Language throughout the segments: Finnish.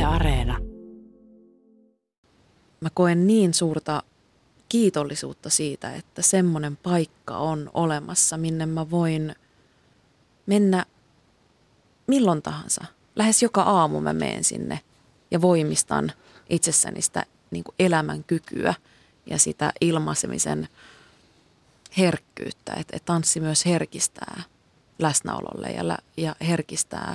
Areena. Mä koen niin suurta kiitollisuutta siitä, että semmoinen paikka on olemassa, minne mä voin mennä milloin tahansa. Lähes joka aamu mä menen sinne ja voimistan itsessäni sitä niin kuin elämän kykyä ja sitä ilmaisemisen herkkyyttä. Että tanssi myös herkistää läsnäololle ja herkistää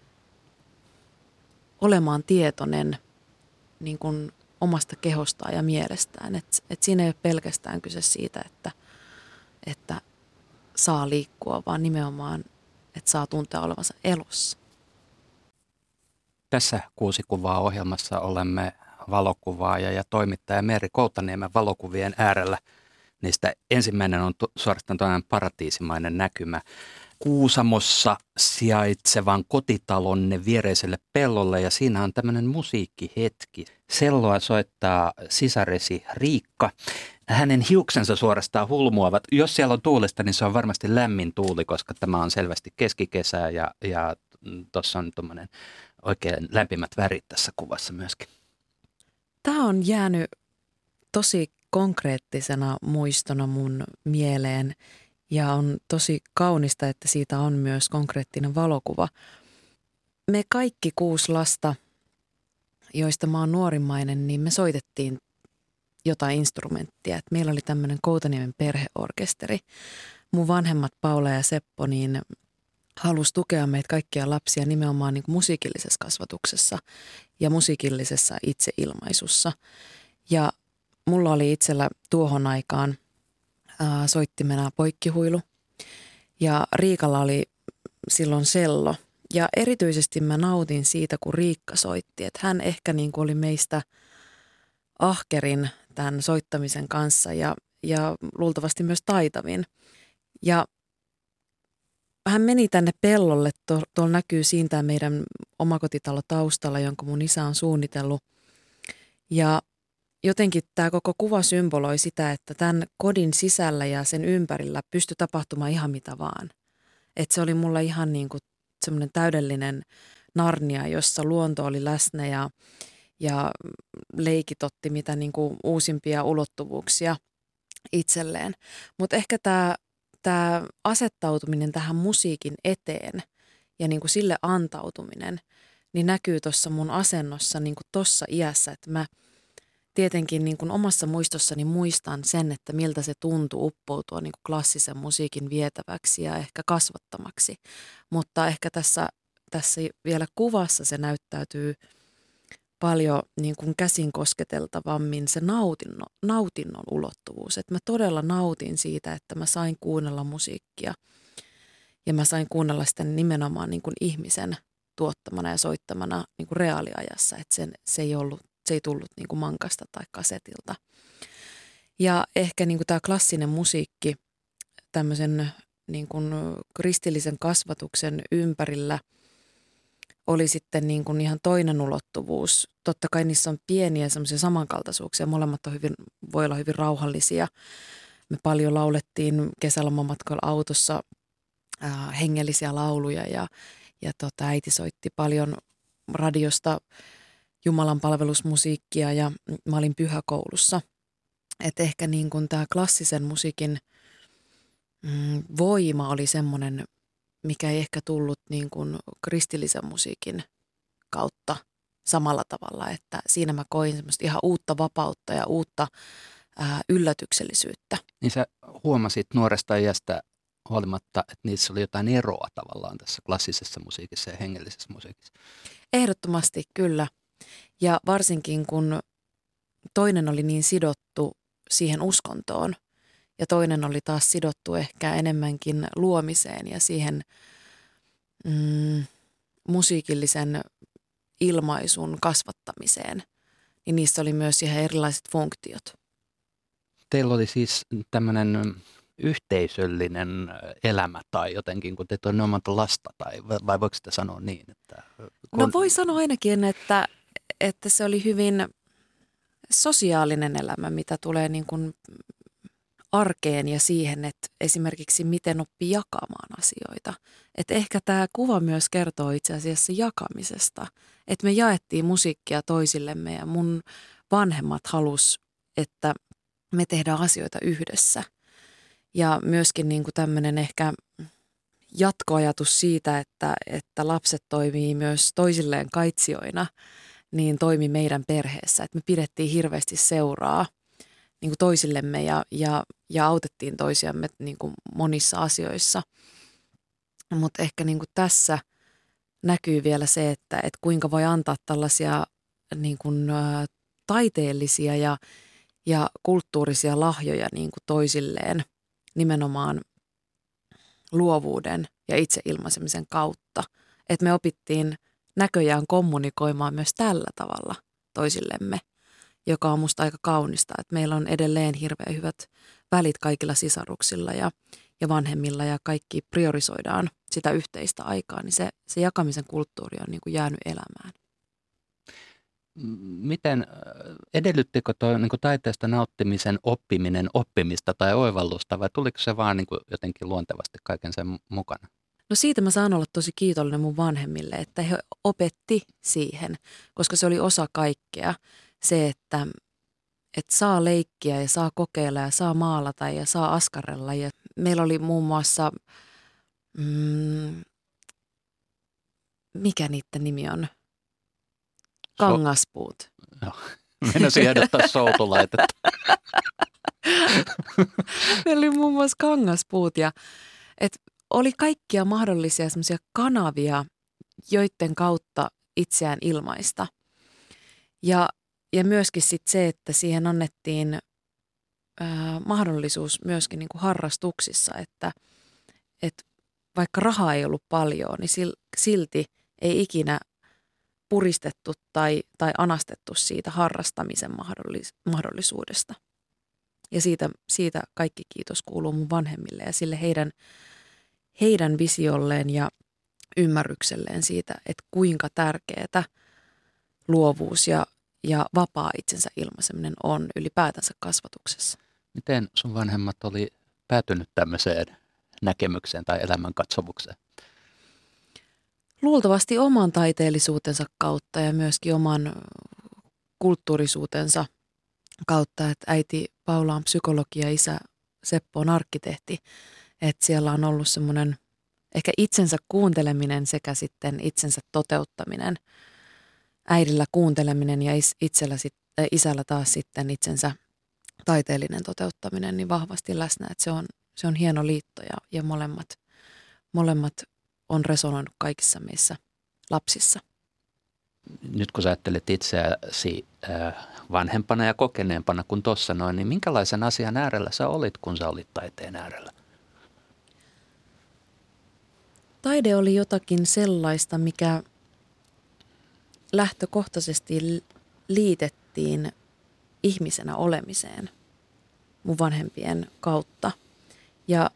olemaan tietoinen niin kuin omasta kehostaan ja mielestään. Et siinä ei ole pelkästään kyse siitä, että saa liikkua, vaan nimenomaan, että saa tuntea olevansa elossa. Tässä 6 kuvaa ohjelmassa olemme valokuvaaja ja toimittaja Meeri Koutaniemen valokuvien äärellä. Niistä ensimmäinen on suorastaan toinen paratiisimainen näkymä Kuusamossa sijaitsevan kotitalonne viereiselle pellolle, ja siinä on tämmöinen musiikkihetki. Selloa soittaa sisaresi Riikka. Hänen hiuksensa suorastaan hulmuavat. Jos siellä on tuulesta, niin se on varmasti lämmin tuuli, koska tämä on selvästi keskikesää ja tuossa on tuommoinen oikein lämpimät värit tässä kuvassa myöskin. Tämä on jäänyt tosi konkreettisena muistona mun mieleen ja on tosi kaunista, että siitä on myös konkreettinen valokuva. Me kaikki 6 lasta, joista mä oon nuorimmainen, niin me soitettiin jotain instrumenttia. Et meillä oli tämmöinen Koutaniemen perheorkesteri. Mun vanhemmat Paula ja Seppo niin halusi tukea meitä kaikkia lapsia nimenomaan niin kuin musiikillisessa kasvatuksessa ja musiikillisessa itseilmaisussa. Ja mulla oli itsellä tuohon aikaan soittimena poikkihuilu ja Riikalla oli silloin sello. Ja erityisesti mä nautin siitä, kun Riikka soitti, että hän ehkä niin kuin oli meistä ahkerin tämän soittamisen kanssa ja luultavasti myös taitavin. Ja hän meni tänne pellolle, tuolla näkyy siinä meidän omakotitalo taustalla, jonka mun isä on suunnitellut. Ja jotenkin tämä koko kuva symboloi sitä, että tämän kodin sisällä ja sen ympärillä pystyi tapahtumaan ihan mitä vaan. Että se oli mulla ihan niin kuin semmoinen täydellinen Narnia, jossa luonto oli läsnä ja leikit otti mitä niin kuin uusimpia ulottuvuuksia itselleen. Mutta ehkä tämä asettautuminen tähän musiikin eteen ja niin kuin sille antautuminen, niin näkyy tuossa mun asennossa niin kuin tuossa iässä, että mä tietenkin niin kuin omassa muistossani muistan sen, että miltä se tuntui uppoutua niin kuin klassisen musiikin vietäväksi ja ehkä kasvattamaksi. Mutta ehkä tässä vielä kuvassa se näyttäytyy paljon niin kuin käsin kosketeltavammin se nautinnon ulottuvuus. Että mä todella nautin siitä, että mä sain kuunnella musiikkia ja mä sain kuunnella sitä nimenomaan niin kuin ihmisen tuottamana ja soittamana niin kuin reaaliajassa. Että se ei tullut niin kuin mankasta tai kasetilta. Ja ehkä niin kuin tämä klassinen musiikki tämmöisen niin kuin kristillisen kasvatuksen ympärillä oli sitten niin kuin ihan toinen ulottuvuus. Totta kai niissä on pieniä semmoisia samankaltaisuuksia. Molemmat voi olla hyvin rauhallisia. Me paljon laulettiin kesälomamatkoilla autossa hengellisiä lauluja ja äiti soitti paljon radiosta Jumalan palvelusmusiikkia ja mä olin pyhäkoulussa. Että ehkä niin kuin tämä klassisen musiikin voima oli semmoinen, mikä ei ehkä tullut niin kuin kristillisen musiikin kautta samalla tavalla. Että siinä mä koin semmoista ihan uutta vapautta ja uutta yllätyksellisyyttä. Niin sä huomasit nuoresta iästä huolimatta, että niissä oli jotain eroa tavallaan tässä klassisessa musiikissa ja hengellisessä musiikissa. Ehdottomasti kyllä. Ja varsinkin kun toinen oli niin sidottu siihen uskontoon ja toinen oli taas sidottu ehkä enemmänkin luomiseen ja siihen musiikillisen ilmaisun kasvattamiseen, niin niissä oli myös ihan erilaiset funktiot. Teillä oli siis tämmöinen yhteisöllinen elämä tai jotenkin, kun teitä on ne omat lasta, vai voiko sitä sanoa niin? Että No voi sanoa ainakin, että se oli hyvin sosiaalinen elämä, mitä tulee niin kuin arkeen ja siihen, että esimerkiksi miten oppii jakamaan asioita. Että ehkä tämä kuva myös kertoo itse asiassa jakamisesta. Että me jaettiin musiikkia toisillemme ja mun vanhemmat halus, että me tehdään asioita yhdessä. Ja myöskin niin kuin tämmöinen ehkä jatkoajatus siitä, että lapset toimii myös toisilleen kaitsijoina, niin toimi meidän perheessä. Että me pidettiin hirveästi seuraa niin kuin toisillemme ja autettiin toisiamme niin kuin monissa asioissa. Mutta ehkä niin kuin tässä näkyy vielä se, että kuinka voi antaa tällaisia niin kuin, taiteellisia ja kulttuurisia lahjoja niin kuin toisilleen nimenomaan luovuuden ja itseilmaisemisen kautta. Että me opittiin näköjään kommunikoimaan myös tällä tavalla toisillemme, joka on musta aika kaunista. Että meillä on edelleen hirveän hyvät välit kaikilla sisaruksilla ja vanhemmilla ja kaikki priorisoidaan sitä yhteistä aikaa, niin se jakamisen kulttuuri on niin kuin jäänyt elämään. Miten, edellyttikö tuo niin kuin taiteesta nauttimisen oppiminen oppimista tai oivallusta vai tuliko se vaan niin kuin jotenkin luontevasti kaiken sen mukana? No siitä mä saan olla tosi kiitollinen mun vanhemmille, että he opetti siihen, koska se oli osa kaikkea. Se, että saa leikkiä ja saa kokeilla ja saa maalata ja saa askarrella. Ja meillä oli muun muassa, mikä niiden nimi on? Kangaspuut. Joo, meinasin ehdottaa soutulaitetta. Meillä oli muun muassa kangaspuut ja oli kaikkia mahdollisia semmoisia kanavia, joiden kautta itseään ilmaista. Ja myöskin sit se, että siihen annettiin mahdollisuus myöskin niin kuin harrastuksissa, että vaikka rahaa ei ollut paljon, niin silti ei ikinä puristettu tai anastettu siitä harrastamisen mahdollisuudesta. Ja siitä kaikki kiitos kuuluu mun vanhemmille ja sille heidän visiolleen ja ymmärrykselleen siitä, että kuinka tärkeää luovuus ja vapaa itsensä ilmaiseminen on ylipäätänsä kasvatuksessa. Miten sun vanhemmat oli päätynyt tämmöiseen näkemykseen tai elämänkatsomukseen? Luultavasti oman taiteellisuutensa kautta ja myöskin oman kulttuurisuutensa kautta, että äiti Paula on psykologi ja isä Seppo on arkkitehti. Että siellä on ollut semmoinen ehkä itsensä kuunteleminen sekä sitten itsensä toteuttaminen. Äidillä kuunteleminen ja isällä taas sitten itsensä taiteellinen toteuttaminen niin vahvasti läsnä. Että se on hieno liitto ja molemmat on resonoinut kaikissa meissä lapsissa. Nyt kun sä ajattelet itseäsi vanhempana ja kokeneempana kuin tuossa noin, niin minkälaisen asian äärellä sä olit, kun sä olit taiteen äärellä? Taide oli jotakin sellaista, mikä lähtökohtaisesti liitettiin ihmisenä olemiseen mun vanhempien kautta. Ja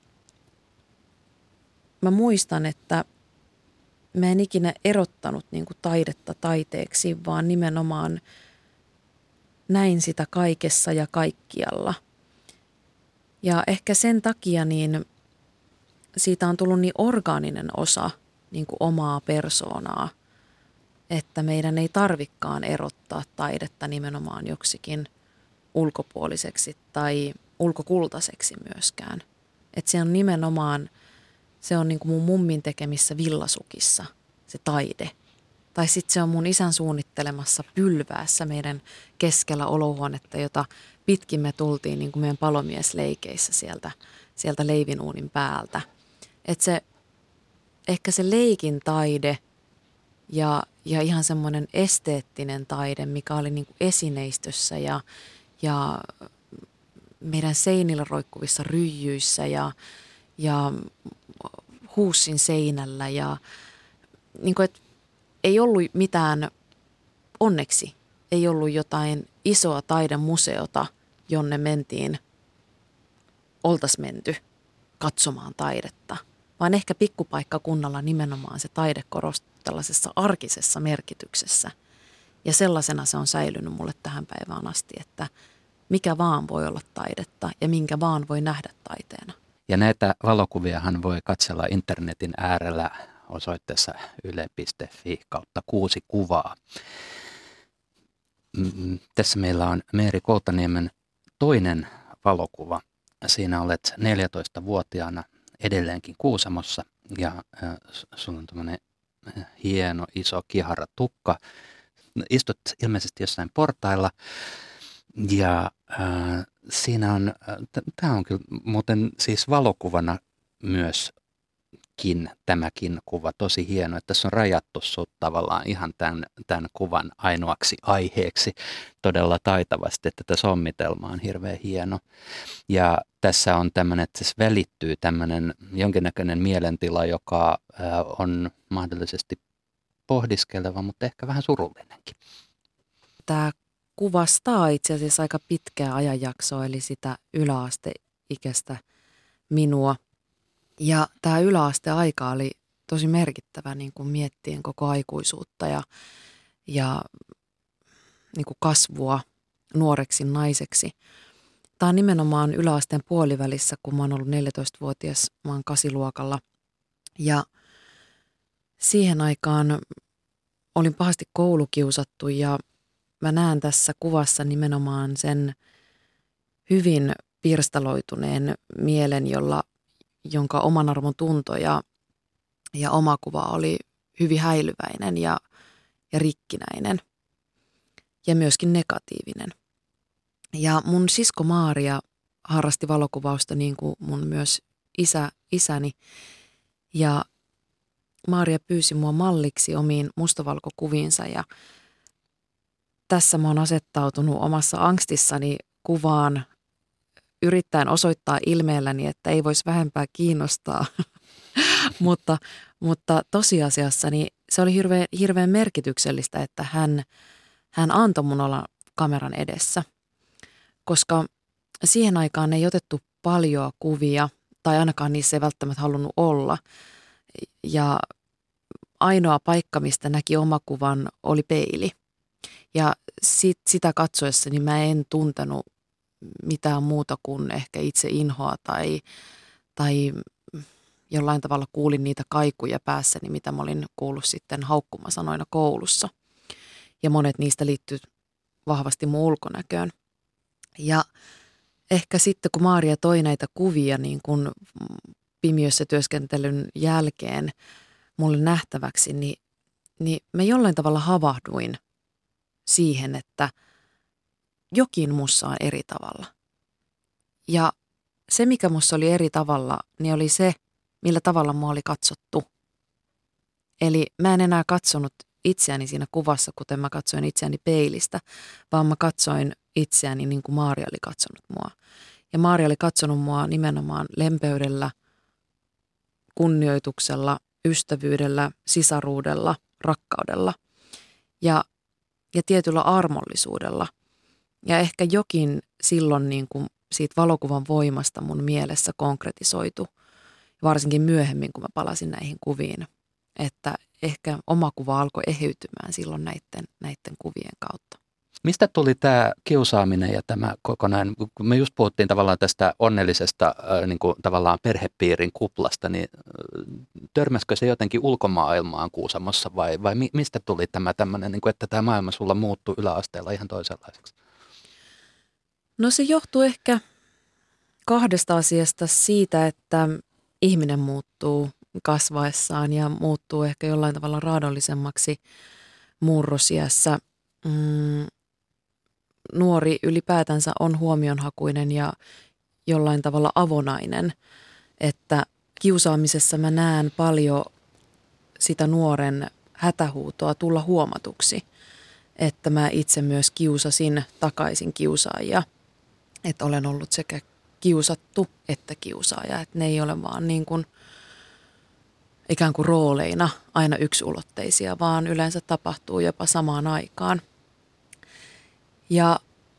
mä muistan, että mä en ikinä erottanut niin kuin taidetta taiteeksi, vaan nimenomaan näin sitä kaikessa ja kaikkialla. Ja ehkä sen takia niin siitä on tullut niin orgaaninen osa niin kuin omaa persoonaa, että meidän ei tarvikaan erottaa taidetta nimenomaan joksikin ulkopuoliseksi tai ulkokultaiseksi myöskään. Että se on nimenomaan, se on niin kuin mun mummin tekemissä villasukissa se taide. Tai sitten se on mun isän suunnittelemassa pylväässä meidän keskellä olohuonetta, jota pitkin me tultiin niin kuin meidän palomiesleikeissä sieltä leivinuunin päältä. Että ehkä se leikin taide ja ihan semmoinen esteettinen taide, mikä oli niin kuin esineistössä ja meidän seinillä roikkuvissa ryijyissä ja huussin seinällä ja niin kuin, että ei ollut mitään, onneksi ei ollut jotain isoa taidemuseota, jonne oltaisiin menty katsomaan taidetta, vaan ehkä pikkupaikkakunnalla nimenomaan se taide korostui tällaisessa arkisessa merkityksessä. Ja sellaisena se on säilynyt mulle tähän päivään asti, että mikä vaan voi olla taidetta ja minkä vaan voi nähdä taiteena. Ja näitä valokuviahan voi katsella internetin äärellä osoitteessa yle.fi/6kuvaa. Tässä meillä on Meeri Koutaniemen toinen valokuva. Siinä olet 14-vuotiaana edelleenkin Kuusamossa ja sulla on tämmöinen hieno iso kihara tukka. Istut ilmeisesti jossain portailla ja siinä on, tämä on kyllä muuten siis valokuvana myöskin tämäkin kuva tosi hieno, että tässä on rajattu sut tavallaan ihan tämän kuvan ainoaksi aiheeksi todella taitavasti, että tämä sommitelma on hirveän hieno. Ja tässä on tämmöinen, että se välittyy tämmöinen jonkinnäköinen mielentila, joka on mahdollisesti pohdiskeleva, mutta ehkä vähän surullinenkin. Tämä kuvastaa itse asiassa aika pitkää ajanjaksoa, eli sitä yläasteikäistä minua. Ja tämä yläasteaika oli tosi merkittävä niin kuin miettien koko aikuisuutta ja niin kuin kasvua nuoreksi naiseksi. Tämä on nimenomaan yläasteen puolivälissä, kun mä oon ollut 14-vuotias, mä oon 8-luokalla. Ja siihen aikaan olin pahasti koulukiusattu ja mä näen tässä kuvassa nimenomaan sen hyvin pirstaloituneen mielen, jonka oman arvon tunto ja omakuva oli hyvin häilyväinen ja rikkinäinen ja myöskin negatiivinen. Ja mun sisko Maaria harrasti valokuvausta niin kuin mun myös isäni ja Maaria pyysi mua malliksi omiin mustavalkokuviinsa ja tässä mä oon asettautunut omassa angstissani kuvaan yrittäen osoittaa ilmeelläni, että ei voisi vähempää kiinnostaa, mutta tosiasiassa niin se oli hirveän merkityksellistä, että hän antoi mun olla kameran edessä, koska siihen aikaan ei otettu paljon kuvia tai ainakaan niissä ei välttämättä halunnut olla ja ainoa paikka, mistä näki omakuvan, oli peili. Ja sitä katsoessani mä en tuntenut mitään muuta kuin ehkä itse inhoa tai jollain tavalla kuulin niitä kaikuja päässäni, mitä mä olin kuullut sitten haukkumasanoina koulussa. Ja monet niistä liittyy vahvasti mun ulkonäköön. Ja ehkä sitten kun Maaria toi näitä kuvia niin kun pimiössä työskentelyn jälkeen mulle nähtäväksi, niin mä jollain tavalla havahduin siihen, että jokin mussa on eri tavalla. Ja se, mikä mussa oli eri tavalla, niin oli se, millä tavalla mua oli katsottu. Eli mä en enää katsonut itseäni siinä kuvassa, kuten mä katsoin itseäni peilistä, vaan mä katsoin itseäni niin kuin Maaria oli katsonut mua. Ja Maaria oli katsonut mua nimenomaan lempeydellä, kunnioituksella, ystävyydellä, sisaruudella, rakkaudella ja tietyllä armollisuudella. Ja ehkä jokin silloin niin kuin siitä valokuvan voimasta mun mielessä konkretisoitu, varsinkin myöhemmin, kun mä palasin näihin kuviin, että ehkä oma kuva alkoi eheytymään silloin näiden kuvien kautta. Mistä tuli tämä kiusaaminen ja tämä kokonaan, kun me just puhuttiin tavallaan tästä onnellisesta niin kuin tavallaan perhepiirin kuplasta, niin törmäskö se jotenkin ulkomaailmaan Kuusamossa vai mistä tuli tämä tämmöinen, niin kuin, että tämä maailma sulla muuttui yläasteella ihan toisenlaiseksi? No se johtuu ehkä kahdesta asiasta, siitä, että ihminen muuttuu kasvaessaan ja muuttuu ehkä jollain tavalla raadollisemmaksi murrosiässä. Nuori ylipäätänsä on huomionhakuinen ja jollain tavalla avonainen, että kiusaamisessa mä näen paljon sitä nuoren hätähuutoa tulla huomatuksi, että mä itse myös kiusasin takaisin kiusaajia, että olen ollut sekä kiusattu että kiusaaja, että ne ei ole vaan niin kuin ikään kuin rooleina aina yksulotteisia, vaan yleensä tapahtuu jopa samaan aikaan. Ja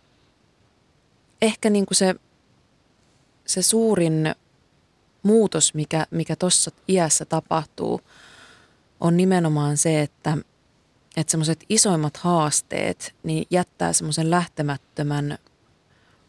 ehkä niin kuin se suurin muutos, mikä tuossa iässä tapahtuu, on nimenomaan se, että semmoiset isoimmat haasteet niin jättää semmoisen lähtemättömän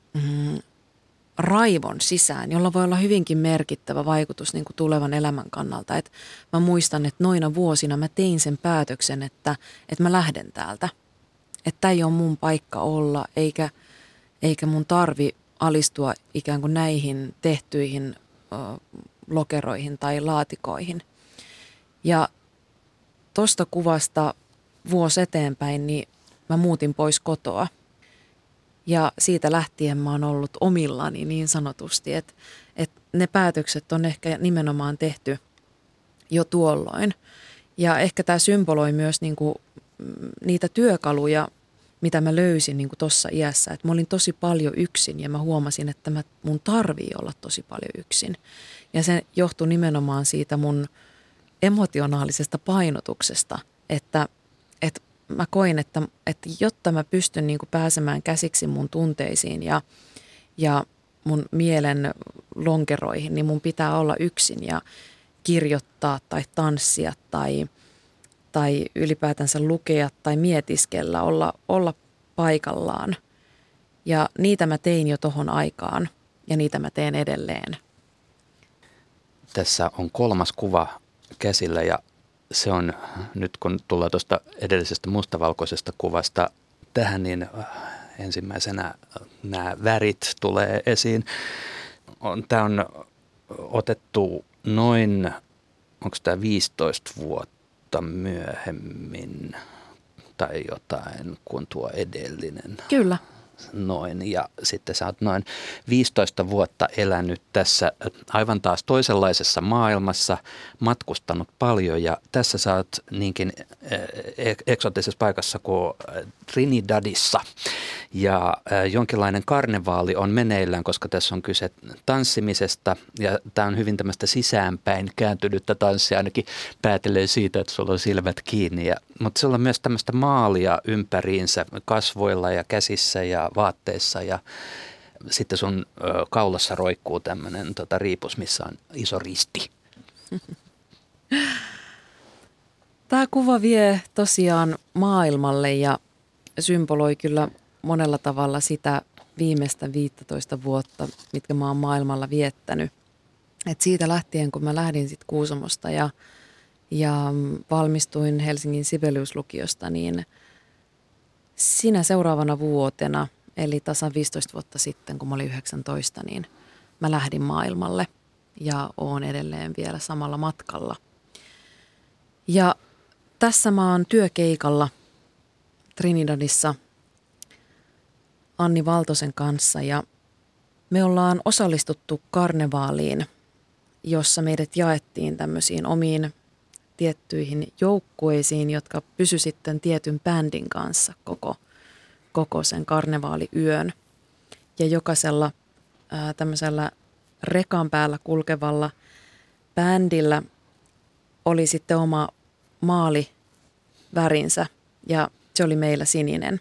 raivon sisään, jolla voi olla hyvinkin merkittävä vaikutus niin kuin tulevan elämän kannalta. Et mä muistan, että noina vuosina mä tein sen päätöksen, että mä lähden täältä. Että ei ole mun paikka olla, eikä mun tarvi alistua ikään kuin näihin tehtyihin lokeroihin tai laatikoihin. Ja tuosta kuvasta vuosi eteenpäin, niin mä muutin pois kotoa. Ja siitä lähtien mä oon ollut omillani niin sanotusti, että ne päätökset on ehkä nimenomaan tehty jo tuolloin. Ja ehkä tämä symboloi myös niinku niitä työkaluja, mitä mä löysin niinku tuossa iässä. Että mä olin tosi paljon yksin ja mä huomasin, että mun tarvii olla tosi paljon yksin. Ja se johtui nimenomaan siitä mun emotionaalisesta painotuksesta, että mä koin, että jotta mä pystyn niin kuin pääsemään käsiksi mun tunteisiin ja mun mielen lonkeroihin, niin mun pitää olla yksin ja kirjoittaa tai tanssia tai ylipäätänsä lukea tai mietiskellä, olla paikallaan. Ja niitä mä tein jo tohon aikaan ja niitä mä teen edelleen. Tässä on 3. kuva käsillä ja se on nyt kun tullaan tuosta edellisestä mustavalkoisesta kuvasta tähän, niin ensimmäisenä nämä värit tulee esiin. Tämä on otettu noin, onko tämä 15 vuotta myöhemmin tai jotain kuin tuo edellinen. Kyllä. Noin, ja sitten sä oot noin 15 vuotta elänyt tässä aivan taas toisenlaisessa maailmassa, matkustanut paljon ja tässä sä oot niinkin eksoottisessa paikassa kuin Trinidadissa ja jonkinlainen karnevaali on meneillään, koska tässä on kyse tanssimisesta ja tämä on hyvin tämmöistä sisäänpäin kääntynyttä tanssia, ainakin päätelee siitä, että sulla on silmät kiinni, mutta sulla on myös tämmöistä maalia ympäriinsä kasvoilla ja käsissä ja vaatteissa ja sitten sun kaulassa roikkuu tämmöinen riipus, missä on iso risti. Tämä kuva vie tosiaan maailmalle ja symboloi kyllä monella tavalla sitä viimeistä 15 vuotta, mitkä mä oon maailmalla viettänyt. Et siitä lähtien, kun mä lähdin sit Kuusamosta ja valmistuin Helsingin Sibeliuslukiosta, niin sinä seuraavana vuotena, eli tasan 15 vuotta sitten, kun mä olin 19, niin mä lähdin maailmalle ja oon edelleen vielä samalla matkalla. Ja tässä mä oon työkeikalla Trinidadissa Anni Valtosen kanssa ja me ollaan osallistuttu karnevaaliin, jossa meidät jaettiin tämmöisiin omiin tiettyihin joukkueisiin, jotka pysy sitten tietyn bändin kanssa koko sen karnevaaliyön. Ja jokaisella tämmöisellä rekan päällä kulkevalla bändillä oli sitten oma maalivärinsä ja se oli meillä sininen.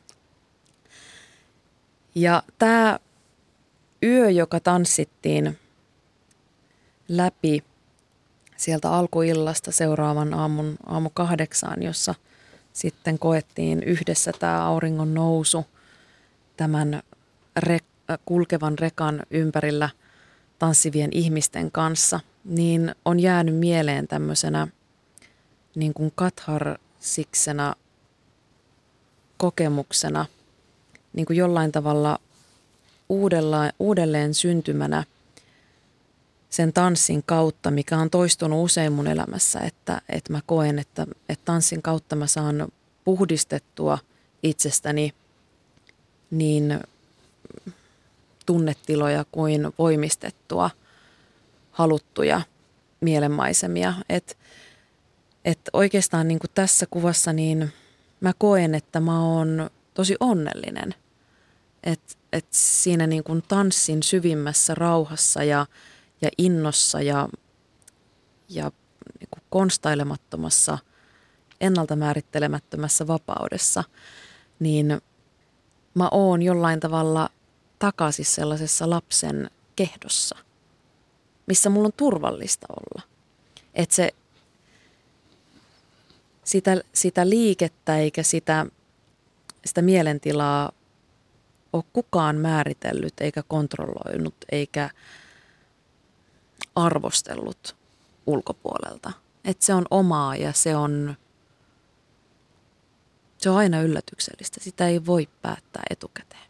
Ja tämä yö, joka tanssittiin läpi sieltä alkuillasta seuraavan aamu 8, jossa sitten koettiin yhdessä tämä auringon nousu tämän kulkevan rekan ympärillä tanssivien ihmisten kanssa, niin on jäänyt mieleen tämmöisenä niin kuin katharsiksena kokemuksena, niin kuin jollain tavalla uudelleen syntymänä sen tanssin kautta, mikä on toistunut usein mun elämässä, että mä koen, että tanssin kautta mä saan puhdistettua itsestäni niin tunnetiloja kuin voimistettua haluttuja mielenmaisemia. Et oikeastaan niin kuin tässä kuvassa niin mä koen, että mä oon tosi onnellinen. Et siinä niin kuin tanssin syvimmässä rauhassa ja innossa ja niin kuin konstailemattomassa, ennalta määrittelemättömässä vapaudessa, niin mä oon jollain tavalla takaisin sellaisessa lapsen kehdossa, missä mulla on turvallista olla. Että sitä liikettä eikä sitä mielentilaa ole kukaan määritellyt eikä kontrolloinut eikä arvostellut ulkopuolelta. Että se on omaa ja se on aina yllätyksellistä. Sitä ei voi päättää etukäteen.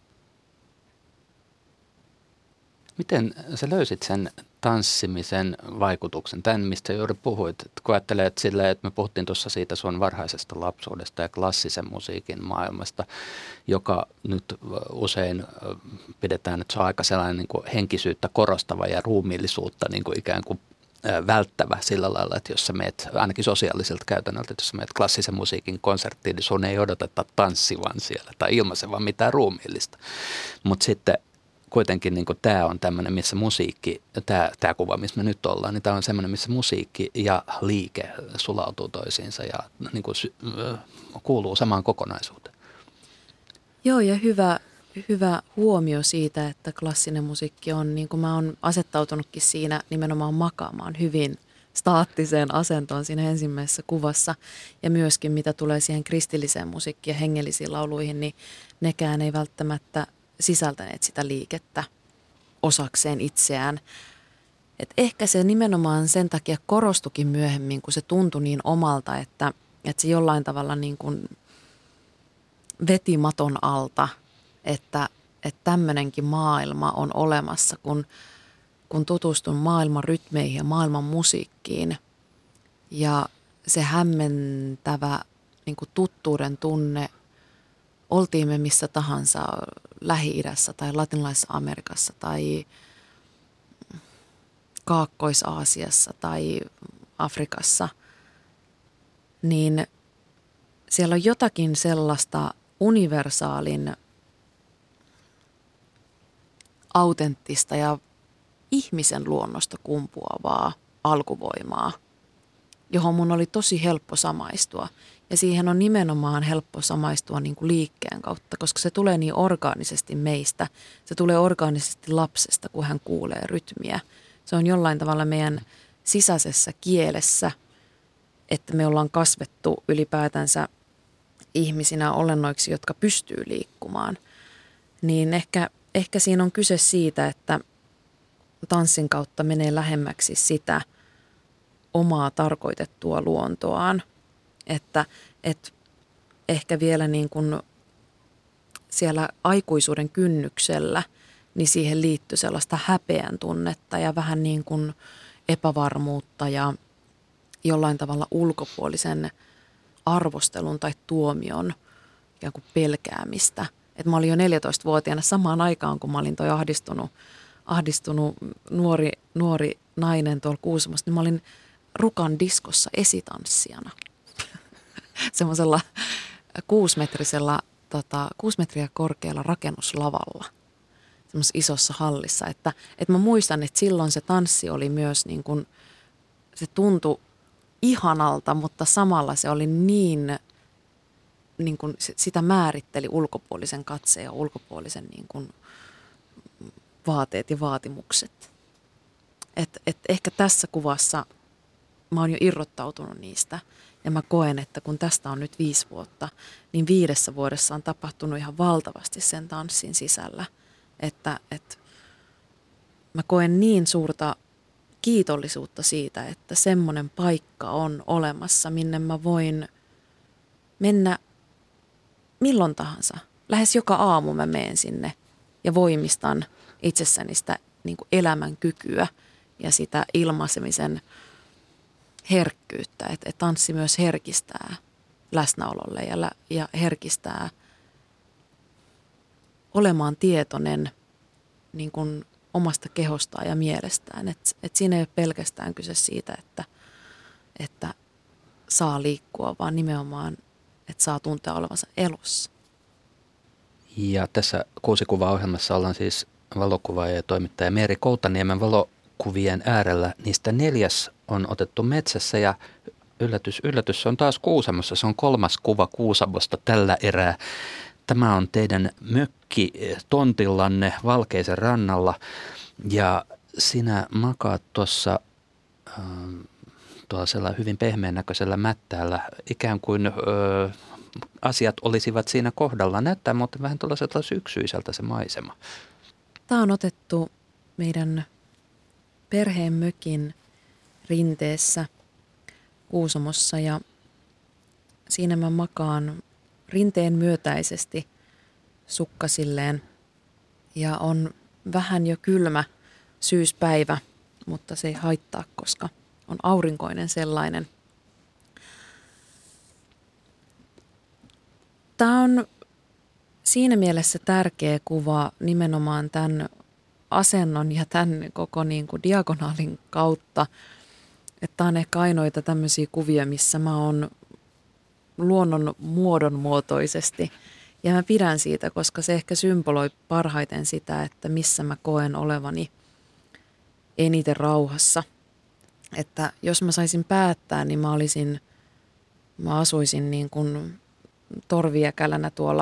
Miten sä löysit sen tanssimisen vaikutuksen, tämän mistä juuri puhuit? Että kun ajattelet silleen, että me puhuttiin tuossa siitä sun varhaisesta lapsuudesta ja klassisen musiikin maailmasta, joka nyt usein pidetään, että se on aika sellainen niin kuin henkisyyttä korostava ja ruumiillisuutta niin kuin ikään kuin välttävä sillä lailla, että jos sä meet ainakin sosiaaliselta käytännöltä, että jos sä meet klassisen musiikin konserttiin, niin sun ei odoteta tanssivan siellä tai ilmaisevan mitään ruumiillista. Mutta sitten kuitenkin niin tämä on tämmöinen, missä musiikki, tämä kuva, missä me nyt ollaan, niin tämä on semmoinen, missä musiikki ja liike sulautuu toisiinsa ja niin kuin, kuuluu samaan kokonaisuuteen. Joo, ja hyvä huomio siitä, että klassinen musiikki on, niin kuin mä oon asettautunutkin siinä nimenomaan makaamaan hyvin staattiseen asentoon siinä ensimmäisessä kuvassa. Ja myöskin mitä tulee siihen kristilliseen musiikkiin ja hengellisiin lauluihin, niin nekään ei välttämättä sisältäneet sitä liikettä osakseen itseään. Et ehkä se nimenomaan sen takia korostukin myöhemmin, kun se tuntui niin omalta, että se jollain tavalla niin kuin veti maton alta, että tämmöinenkin maailma on olemassa, kun tutustun maailman rytmeihin ja maailman musiikkiin. Ja se hämmentävä niin kuin tuttuuden tunne, oltiin me missä tahansa Lähi-idässä tai Latinalaisessa Amerikassa tai Kaakkois-Aasiassa tai Afrikassa, niin siellä on jotakin sellaista universaalin, autenttista ja ihmisen luonnosta kumpuavaa alkuvoimaa, johon mun oli tosi helppo samaistua. Ja siihen on nimenomaan helppo samaistua niin kuin liikkeen kautta, koska se tulee niin orgaanisesti meistä. Se tulee orgaanisesti lapsesta, kun hän kuulee rytmiä. Se on jollain tavalla meidän sisäisessä kielessä, että me ollaan kasvettu ylipäätänsä ihmisinä olennoiksi, jotka pystyy liikkumaan. Niin ehkä siinä on kyse siitä, että tanssin kautta menee lähemmäksi sitä omaa tarkoitettua luontoaan. Että ehkä vielä niin kuin siellä aikuisuuden kynnyksellä, niin siihen liittyy sellaista häpeän tunnetta ja vähän niin kuin epävarmuutta ja jollain tavalla ulkopuolisen arvostelun tai tuomion ikään kuin pelkäämistä. Että mä olin jo 14-vuotiaana samaan aikaan, kun mä olin toi ahdistunut nuori nainen tuolla Kuusamossa, niin mä olin Rukan diskossa esitanssijana. Semmoisella 6 metriä korkealla rakennuslavalla, semmoisessa isossa hallissa. Että mä muistan, että silloin se tanssi oli myös niin kuin, se tuntui ihanalta, mutta samalla se oli niin kuin sitä määritteli ulkopuolisen katseen ja ulkopuolisen niin kuin vaateet ja vaatimukset. Et ehkä tässä kuvassa mä oon jo irrottautunut niistä ja mä koen, että kun tästä on nyt 5 vuotta, niin 5 vuodessa on tapahtunut ihan valtavasti sen tanssin sisällä, että mä koen niin suurta kiitollisuutta siitä, että semmoinen paikka on olemassa, minne mä voin mennä milloin tahansa. Lähes joka aamu mä menen sinne ja voimistan itsessäni sitä niin kuin elämän kykyä ja sitä ilmaisemisen herkkyyttä. Että tanssi myös herkistää läsnäololle ja herkistää olemaan tietoinen niin kuin omasta kehostaan ja mielestään. Et siinä ei ole pelkästään kyse siitä, että saa liikkua, vaan nimenomaan, että saa tuntea olevansa elossa. Ja tässä 6 kuva-ohjelmassa ollaan siis valokuvaaja ja toimittaja Meeri Koutaniemen valokuvien äärellä. Niistä 4 on otettu metsässä ja yllätys, se on taas Kuusamossa. Se on 3. kuva Kuusamosta tällä erää. Tämä on teidän mökki tontillanne Valkeisen rannalla ja sinä makaat tuossa tuollaisella hyvin pehmeän näköisellä mättäällä ikään kuin asiat olisivat siinä kohdalla. Näyttää muuten vähän tuollaiselta syksyiseltä se maisema. Tämä on otettu meidän perheen mökin rinteessä Kuusamossa ja siinä mä makaan rinteen myötäisesti sukkasilleen ja on vähän jo kylmä syyspäivä, mutta se ei haittaa, koska on aurinkoinen sellainen. Tämä on siinä mielessä tärkeä kuva nimenomaan tämän asennon ja tämän koko niin kuin diagonaalin kautta, että tämä on ehkä ainoita tämmöisiä kuvia, missä mä oon luonnon muodonmuotoisesti. Ja mä pidän siitä, koska se ehkä symboloi parhaiten sitä, että missä mä koen olevani eniten rauhassa. Että jos mä saisin päättää, niin mä asuisin niin kuin torvijäkälänä tuolla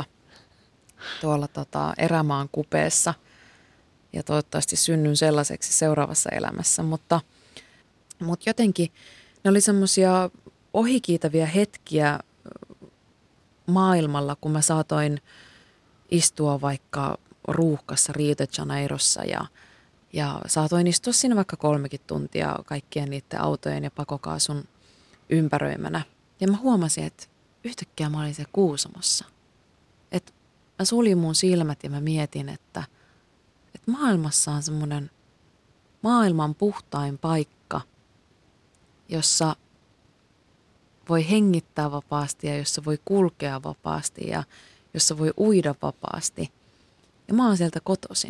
erämaan kupeessa. Ja toivottavasti synnyn sellaiseksi seuraavassa elämässä. Mutta jotenkin ne oli semmoisia ohikiitäviä hetkiä maailmalla, kun mä saatoin istua vaikka ruuhkassa Rio de Janeirossa ja saatoin istua siinä vaikka 3 tuntia kaikkien niiden autojen ja pakokaasun ympäröimänä. Ja mä huomasin, että yhtäkkiä mä olin siellä Kuusamossa. Että mä suljin mun silmät ja mä mietin, että maailmassa on semmoinen maailman puhtain paikka, jossa voi hengittää vapaasti ja jossa voi kulkea vapaasti ja jossa voi uida vapaasti. Ja mä oon sieltä kotoisin.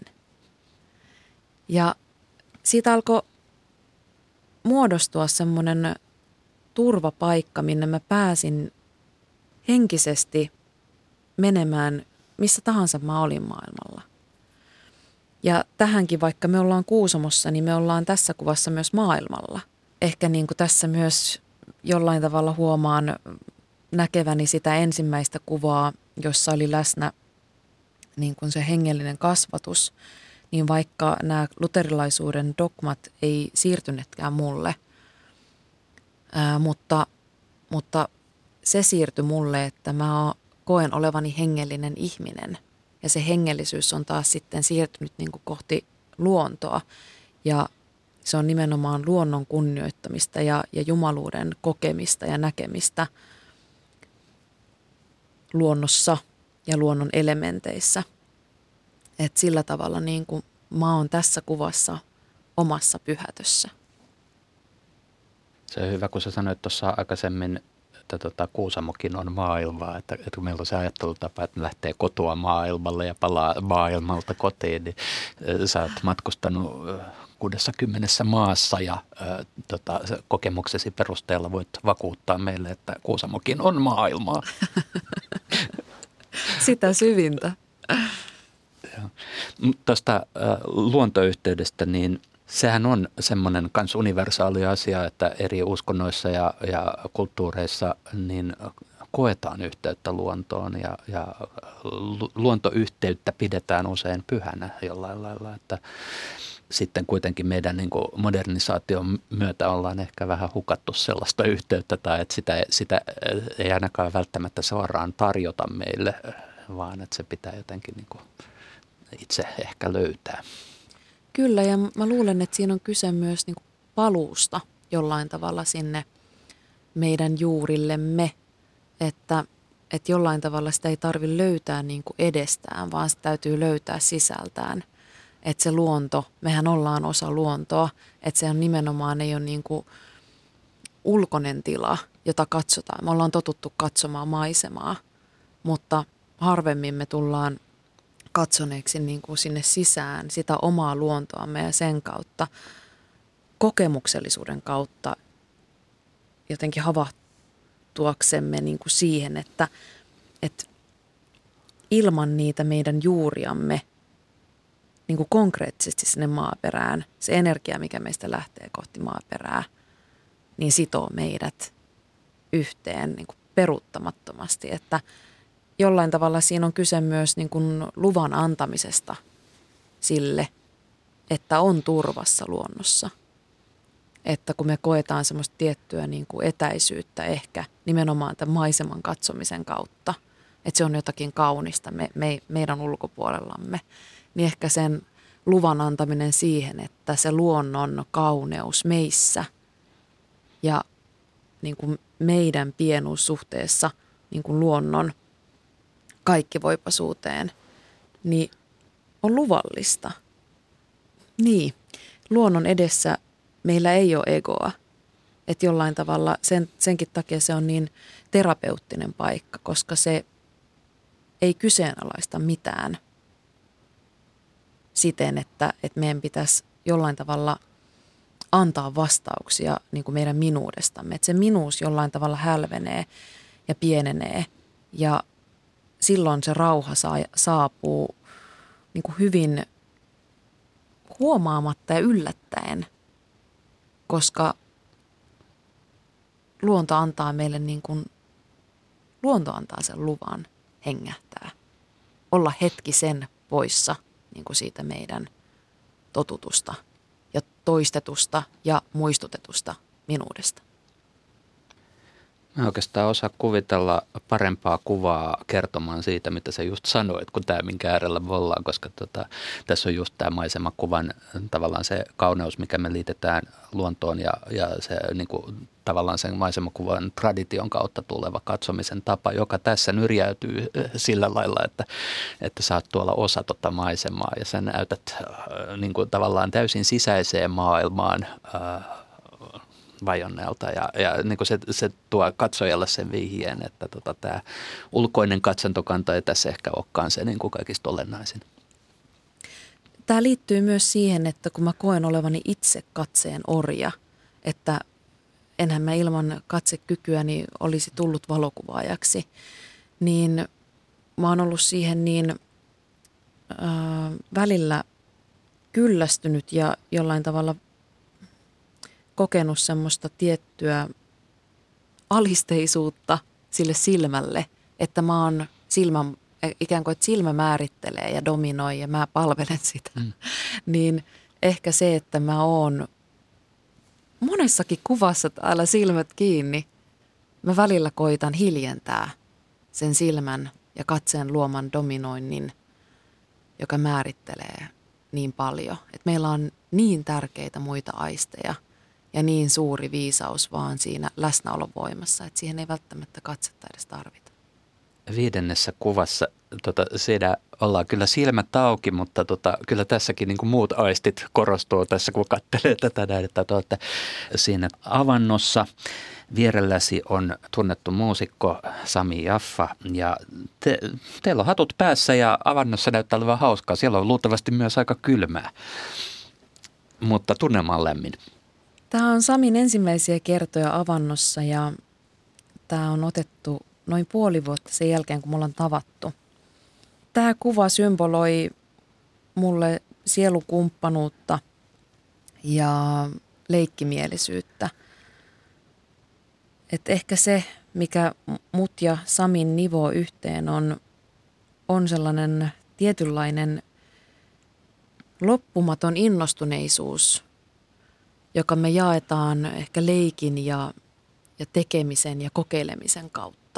Ja siitä alkoi muodostua semmoinen turvapaikka, minne mä pääsin henkisesti menemään missä tahansa mä olin maailmalla. Ja tähänkin, vaikka me ollaan Kuusamossa, niin me ollaan tässä kuvassa myös maailmalla. Ehkä niin kuin tässä myös jollain tavalla huomaan näkeväni sitä ensimmäistä kuvaa, jossa oli läsnä niin kuin se hengellinen kasvatus, niin vaikka nämä luterilaisuuden dogmat ei siirtyneetkään mulle, mutta se siirtyi mulle, että mä koen olevani hengellinen ihminen. Ja se hengellisyys on taas sitten siirtynyt niin kuin kohti luontoa ja se on nimenomaan luonnon kunnioittamista ja jumaluuden kokemista ja näkemistä luonnossa ja luonnon elementeissä. Et sillä tavalla niin kuin mä oon tässä kuvassa omassa pyhätössä. Se on hyvä, kun sä sanoit tuossa aikaisemmin, että Kuusamokin on maailmaa, että kun meillä on se ajattelutapa, että lähtee kotoa maailmalle ja palaa maailmalta kotiin, niin sä oot matkustanut 60 maassa ja kokemuksesi perusteella voit vakuuttaa meille, että Kuusamokin on maailmaa. Sitä syvintä. Tuosta luontoyhteydestä, niin sehän on semmoinen kans universaali asia, että eri uskonnoissa ja kulttuureissa niin koetaan yhteyttä luontoon ja luontoyhteyttä pidetään usein pyhänä jollain lailla, että sitten kuitenkin meidän niin kuin modernisaation myötä ollaan ehkä vähän hukattu sellaista yhteyttä tai että sitä ei ainakaan välttämättä suoraan tarjota meille, vaan että se pitää jotenkin niin kuin itse ehkä löytää. Kyllä, ja mä luulen, että siinä on kyse myös niin kuin paluusta jollain tavalla sinne meidän juurillemme, että jollain tavalla sitä ei tarvitse löytää niin kuin edestään, vaan sitä täytyy löytää sisältään. Että se luonto, mehän ollaan osa luontoa, että se on nimenomaan ei ole niin kuin ulkoinen tila, jota katsotaan. Me ollaan totuttu katsomaan maisemaa, mutta harvemmin me tullaan katsoneeksi niin kuin sinne sisään sitä omaa luontoamme ja sen kautta, kokemuksellisuuden kautta jotenkin havahtuaksemme niin kuin siihen, että ilman niitä meidän juuriamme niin kuin konkreettisesti sinne maaperään, se energia, mikä meistä lähtee kohti maaperää, niin sitoo meidät yhteen niin kuin peruuttamattomasti, että jollain tavalla siinä on kyse myös niin kuin luvan antamisesta sille, että on turvassa luonnossa. että kun me koetaan semmoista tiettyä niin kuin etäisyyttä ehkä nimenomaan tämän maiseman katsomisen kautta, että se on jotakin kaunista meidän ulkopuolellamme, niin ehkä sen luvan antaminen siihen, että se luonnon kauneus meissä ja niin kuin meidän pienuus suhteessa niin kuin luonnon kaikkivoipaisuuteen, niin on luvallista. Niin, luonnon edessä meillä ei ole egoa, että jollain tavalla senkin takia se on niin terapeuttinen paikka, koska se ei kyseenalaista mitään siten, että meidän pitäisi jollain tavalla antaa vastauksia niin kuin meidän minuudestamme. Että se minuus jollain tavalla hälvenee ja pienenee ja silloin se rauha saapuu niin kuin hyvin huomaamatta ja yllättäen, koska luonto antaa meille luonto antaa sen luvan hengähtää, olla hetki sen poissa niin kuin siitä meidän totutusta ja toistetusta ja muistutetusta minuudesta. Mä oikeastaan osaa kuvitella parempaa kuvaa kertomaan siitä, mitä sä just sanoit, kun tämä minkä äärellä me ollaan, koska tässä on just tämä maisemakuvan tavallaan se kauneus, mikä me liitetään luontoon ja se niin kuin, tavallaan sen maisemakuvan tradition kautta tuleva katsomisen tapa, joka tässä nyrjäytyy sillä lailla, että sä oot tuolla osa tota maisemaa ja sä näytät niin kuin, tavallaan täysin sisäiseen maailmaan Vajonnelta ja niin kuin se tuo katsojalle sen vihjeen, että tämä ulkoinen katsantokanta ei tässä ehkä olekaan se niin kuin kaikista olennaisin. Tämä liittyy myös siihen, että kun mä koen olevani itse katseen orja, että enhän mä ilman katsekykyäni olisi tullut valokuvaajaksi, niin mä oon ollut siihen niin välillä kyllästynyt ja jollain tavalla kokenut semmoista tiettyä alisteisuutta sille silmälle, että mä oon ikään kuin, että silmä määrittelee ja dominoi ja mä palvelen sitä. Niin ehkä se, että mä oon monessakin kuvassa täällä silmät kiinni, mä välillä koitan hiljentää sen silmän ja katseen luoman dominoinnin, joka määrittelee niin paljon. Että meillä on niin tärkeitä muita aisteja ja niin suuri viisaus vaan siinä läsnäolovoimassa, että siihen ei välttämättä katsetta edes tarvita. 5. kuvassa siinä ollaan kyllä silmät auki, mutta kyllä tässäkin niin kuin muut aistit korostuu tässä, kun katselee tätä näin, että olette siinä avannossa. Vierelläsi on tunnettu muusikko Sami Jaffa ja teillä on hatut päässä ja avannossa näyttää olevan hauskaa. Siellä on luultavasti myös aika kylmää, mutta tunnelma on lämmin. Tämä on Samin ensimmäisiä kertoja avannossa ja tämä on otettu noin puoli vuotta sen jälkeen, kun mulla on tavattu. Tämä kuva symboloi mulle sielukumppanuutta ja leikkimielisyyttä. Et ehkä se, mikä mut ja Samin nivoo yhteen, on sellainen tietynlainen loppumaton innostuneisuus, joka me jaetaan ehkä leikin ja tekemisen ja kokeilemisen kautta.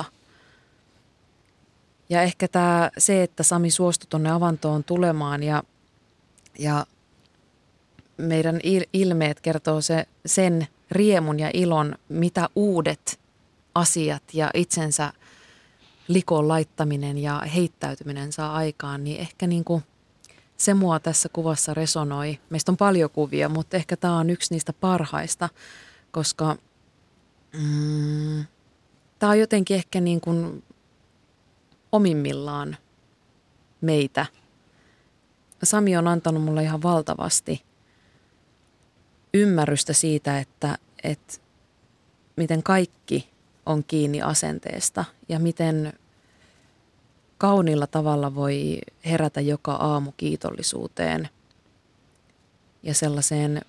Ja ehkä se, että Sami suostui tuonne avantoon tulemaan ja meidän ilmeet kertoo sen riemun ja ilon, mitä uudet asiat ja itsensä likoon laittaminen ja heittäytyminen saa aikaan, niin ehkä niin kuin se mua tässä kuvassa resonoi. Meistä on paljon kuvia, mutta ehkä tämä on yksi niistä parhaista, koska tämä on jotenkin ehkä niin kuin omimmillaan meitä. Sami on antanut mulle ihan valtavasti ymmärrystä siitä, että miten kaikki on kiinni asenteesta ja miten kauniilla tavalla voi herätä joka aamu kiitollisuuteen ja sellaiseen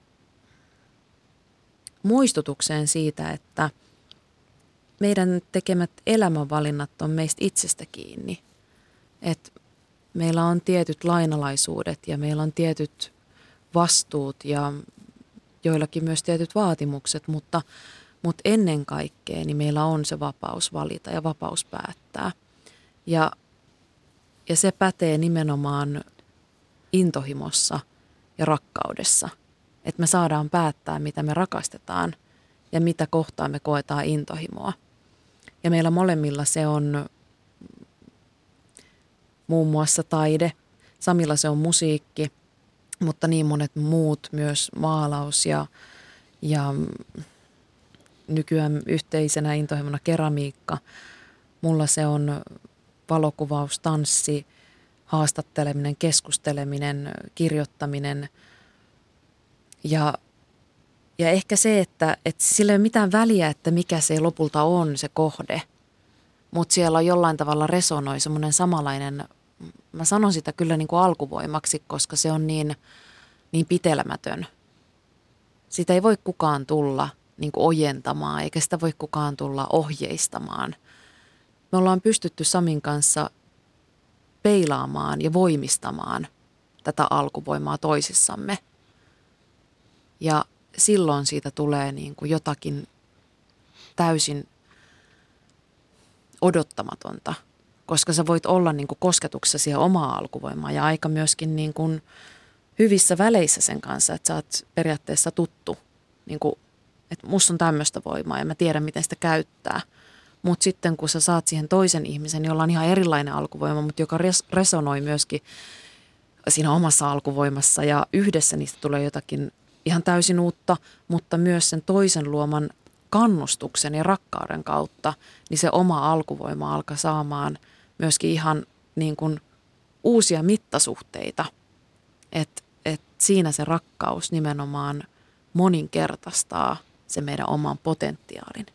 muistutukseen siitä, että meidän tekemät elämänvalinnat on meistä itsestä kiinni. Että meillä on tietyt lainalaisuudet ja meillä on tietyt vastuut ja joillakin myös tietyt vaatimukset, mutta ennen kaikkea niin meillä on se vapaus valita ja vapaus päättää. Ja se pätee nimenomaan intohimossa ja rakkaudessa, että me saadaan päättää, mitä me rakastetaan ja mitä kohtaa me koetaan intohimoa. Ja meillä molemmilla se on muun muassa taide, Samilla se on musiikki, mutta niin monet muut myös maalaus ja nykyään yhteisenä intohimona keramiikka. Mulla se on valokuvaus, tanssi, haastatteleminen, keskusteleminen, kirjoittaminen ja ehkä se, että sillä ei ole mitään väliä, että mikä se lopulta on se kohde, mutta siellä on jollain tavalla resonoi semmoinen samanlainen, mä sanon sitä kyllä niin kuin alkuvoimaksi, koska se on niin pitelemätön. Sitä ei voi kukaan tulla niin kuin ojentamaan, eikä sitä voi kukaan tulla ohjeistamaan. Me ollaan pystytty Samin kanssa peilaamaan ja voimistamaan tätä alkuvoimaa toisissamme. Ja silloin siitä tulee niin kuin jotakin täysin odottamatonta, koska sä voit olla niin kuin kosketuksessa siihen omaa alkuvoimaa ja aika myöskin niin kuin hyvissä väleissä sen kanssa, että sä oot periaatteessa tuttu, niin kuin, että musta on tämmöistä voimaa ja mä tiedän, miten sitä käyttää. Mutta sitten kun sä saat siihen toisen ihmisen, jolla on ihan erilainen alkuvoima, mutta joka resonoi myöskin siinä omassa alkuvoimassa ja yhdessä niistä tulee jotakin ihan täysin uutta, mutta myös sen toisen luoman kannustuksen ja rakkauden kautta, niin se oma alkuvoima alkaa saamaan myöskin ihan niin kuin uusia mittasuhteita. Että siinä se rakkaus nimenomaan moninkertaistaa se meidän oman potentiaalin.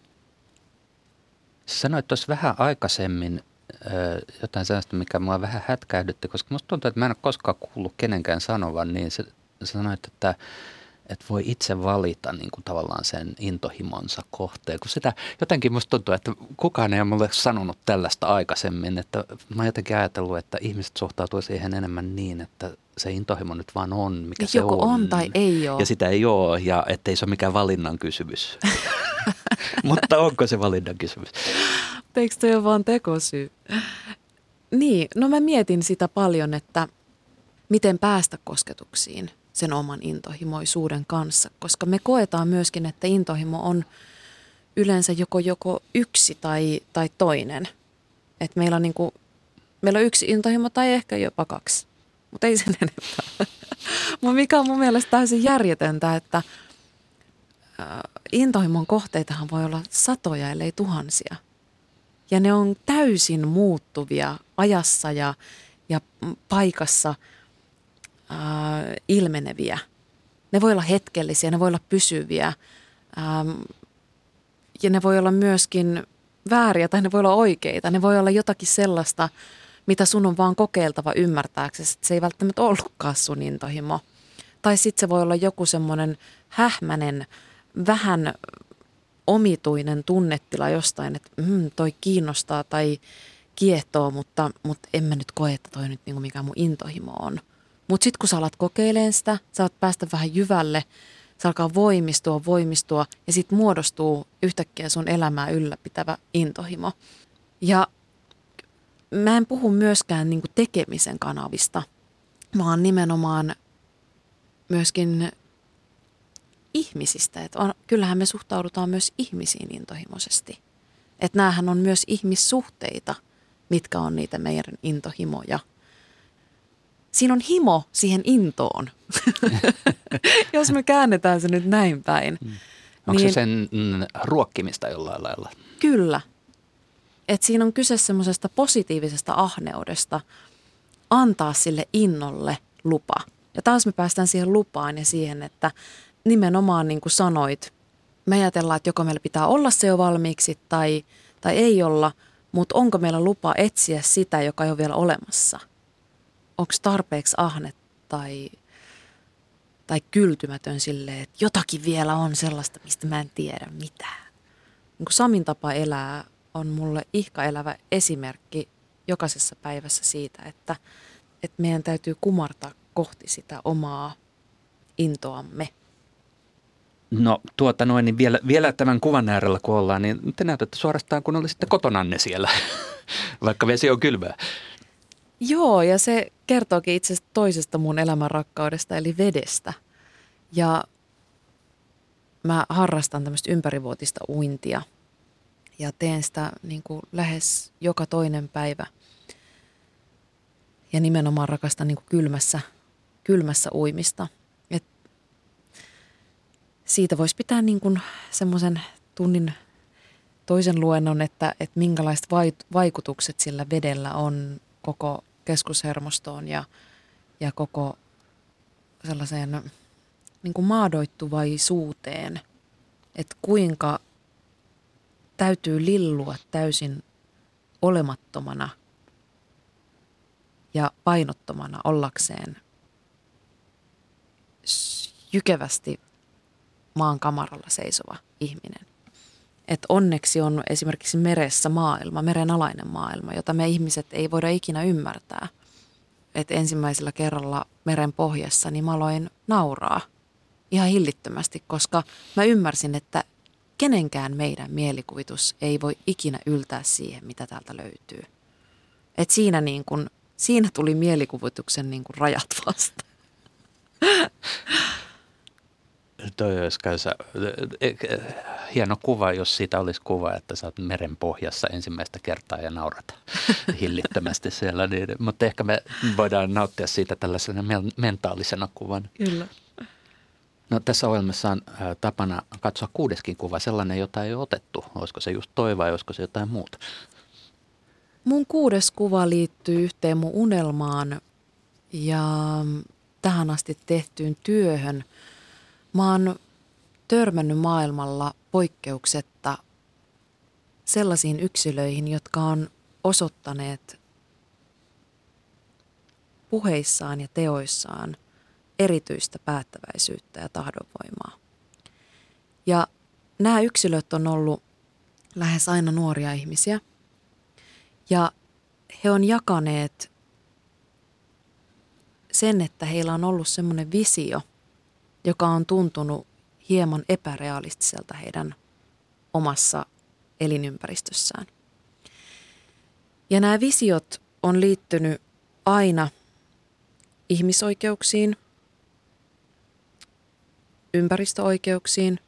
Sanoit tuossa vähän aikaisemmin jotain sellaista, mikä mua vähän hätkähdytti, koska musta tuntuu, että mä en ole koskaan kuullut kenenkään sanovan, niin sanoit, että voi itse valita niin kuin tavallaan sen intohimonsa kohteen. Kun sitä jotenkin musta tuntuu, että kukaan ei ole mulle sanonut tällaista aikaisemmin, että mä oon jotenkin ajatellut, että ihmiset suhtautuu siihen enemmän niin, että se intohimo nyt vaan on, mikä se on. Joko on tai ei ole. Ja sitä ei ole, ja ettei se ole mikään valinnan kysymys. Mutta onko se valinnan kysymys? Eikö toi ole vaan tekosyy? Niin, no mä mietin sitä paljon, että miten päästä kosketuksiin sen oman intohimoisuuden kanssa, koska me koetaan myöskin, että intohimo on yleensä joko yksi tai toinen. Että meillä on yksi intohimo tai ehkä jopa kaksi, mutta ei sen enempää. Mutta mikä on mun mielestä täysin järjetöntä, että intohimon kohteitahan voi olla satoja, ellei tuhansia. Ja ne on täysin muuttuvia ajassa ja paikassa ilmeneviä. Ne voi olla hetkellisiä, ne voi olla pysyviä ja ne voi olla myöskin vääriä tai ne voi olla oikeita. Ne voi olla jotakin sellaista, mitä sun on vaan kokeiltava ymmärtääksesi, että se ei välttämättä ollutkaan sun intohimo. Tai sitten se voi olla joku semmoinen hähmäinen, vähän omituinen tunnetila jostain, että toi kiinnostaa tai kiehtoo, mutta en mä nyt koe, että toi nyt niinku mikä mun intohimo on. Mutta sitten kun sä alat kokeilemaan sitä, sä alat päästä vähän jyvälle, se alkaa voimistua ja sitten muodostuu yhtäkkiä sun elämää ylläpitävä intohimo. Ja mä en puhu myöskään niinku tekemisen kanavista, vaan nimenomaan myöskin ihmisistä. Että kyllähän me suhtaudutaan myös ihmisiin intohimoisesti. Että näähän on myös ihmissuhteita, mitkä on niitä meidän intohimoja. Siinä on himo siihen intoon, jos me käännetään se nyt näin päin. Onko se sen ruokkimista jollain lailla? Kyllä. Että siinä on kyse semmoisesta positiivisesta ahneudesta antaa sille innolle lupa. Ja taas me päästään siihen lupaan ja siihen, että nimenomaan niin kuin sanoit, me ajatellaan, että joko meillä pitää olla se jo valmiiksi tai ei olla, mutta onko meillä lupa etsiä sitä, joka ei ole vielä olemassa? Onko tarpeeksi ahne tai kyltymätön silleen, että jotakin vielä on sellaista, mistä mä en tiedä mitään. Niin kuin Samin tapa elää on mulle ihkaelävä esimerkki jokaisessa päivässä siitä, että meidän täytyy kumartaa kohti sitä omaa intoamme. No niin vielä tämän kuvan äärellä kun ollaan, niin te näytätte suorastaan kun olisitte kotonanne siellä, vaikka vesi on kylmää. Joo, ja se kertookin itse asiassa toisesta mun elämän rakkaudesta, eli vedestä. Ja mä harrastan tämmöistä ympärivuotista uintia ja teen sitä niin kuin lähes joka toinen päivä. Ja nimenomaan rakastan niin kuin kylmässä uimista. Et siitä voisi pitää niin kuin semmoisen tunnin toisen luennon, että minkälaiset vaikutukset sillä vedellä on koko keskushermostoon ja koko sellaiseen niin kuin maadoittuvaisuuteen, että kuinka täytyy lillua täysin olemattomana ja painottomana ollakseen jykevästi maan kamaralla seisova ihminen. Et onneksi on esimerkiksi meressä maailma, merenalainen maailma, jota me ihmiset ei voida ikinä ymmärtää. Et ensimmäisellä kerralla meren pohjassa niin mä aloin nauraa ihan hillittömästi, koska mä ymmärsin, että kenenkään meidän mielikuvitus ei voi ikinä yltää siihen, mitä täältä löytyy. Et siinä tuli mielikuvituksen niin kuin rajat vasta. Toi olisi hieno kuva, jos siitä olisi kuva, että sä oot meren pohjassa ensimmäistä kertaa ja naurat hillittömästi siellä. Mutta ehkä me voidaan nauttia siitä tällaisena mentaalisena kuvan. Kyllä. No, tässä ohjelmassa on tapana katsoa 6. kuva, sellainen, jota ei ole otettu. Olisiko se just toi vai olisiko se jotain muuta? Mun 6. kuva liittyy yhteen mun unelmaan ja tähän asti tehtyyn työhön. Mä oon törmännyt maailmalla poikkeuksetta sellaisiin yksilöihin, jotka on osoittaneet puheissaan ja teoissaan erityistä päättäväisyyttä ja tahdonvoimaa. Ja nämä yksilöt on ollut lähes aina nuoria ihmisiä ja he on jakaneet sen, että heillä on ollut semmoinen visio, joka on tuntunut hieman epärealistiselta heidän omassa elinympäristössään. Ja nämä visiot on liittynyt aina ihmisoikeuksiin, ympäristöoikeuksiin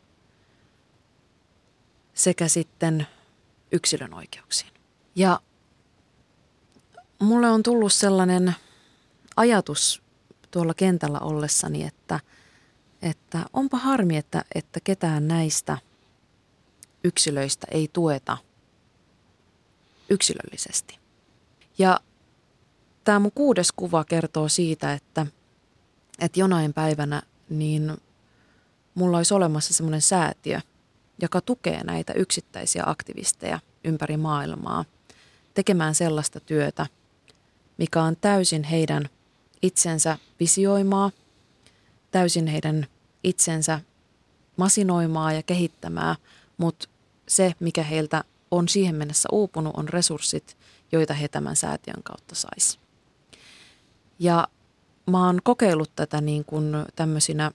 sekä sitten yksilön oikeuksiin. Ja mulle on tullut sellainen ajatus tuolla kentällä ollessani, että onpa harmi, että ketään näistä yksilöistä ei tueta yksilöllisesti. Ja tämä mun 6. kuva kertoo siitä, että jonain päivänä niin mulla olisi olemassa semmoinen säätiö, joka tukee näitä yksittäisiä aktivisteja ympäri maailmaa tekemään sellaista työtä, mikä on täysin heidän itsensä visioimaa, täysin heidän itsensä masinoimaa ja kehittämää, mutta se, mikä heiltä on siihen mennessä uupunut, on resurssit, joita he tämän säätiön kautta sais. Ja mä oon kokeillut tätä niin kuin tämmöisinä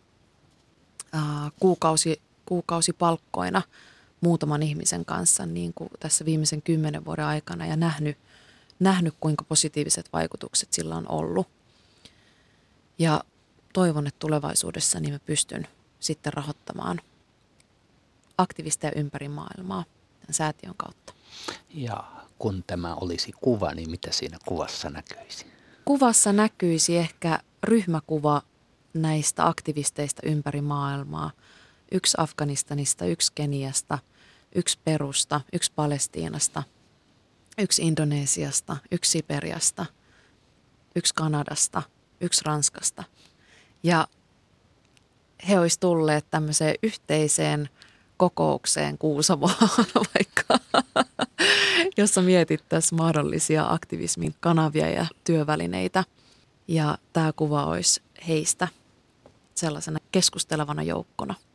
kuukausipalkkoina muutaman ihmisen kanssa niin kuin tässä viimeisen 10 vuoden aikana ja nähnyt, kuinka positiiviset vaikutukset sillä on ollut. Ja toivon, että tulevaisuudessa niin mä pystyn sitten rahoittamaan aktivisteja ympäri maailmaa tämän säätiön kautta. Ja kun tämä olisi kuva, niin mitä siinä kuvassa näkyisi? Kuvassa näkyisi ehkä ryhmäkuva näistä aktivisteista ympäri maailmaa. 1 Afganistanista, 1 Keniasta, 1 Perusta, 1 Palestiinasta, 1 Indonesiasta, 1 Siperiasta, 1 Kanadasta, 1 Ranskasta. Ja he olisi tulleet tämmöiseen yhteiseen kokoukseen Kuusamoon vaikka, jossa mietittäisiin mahdollisia aktivismin kanavia ja työvälineitä. Ja tämä kuva olisi heistä sellaisena keskustelevana joukkona.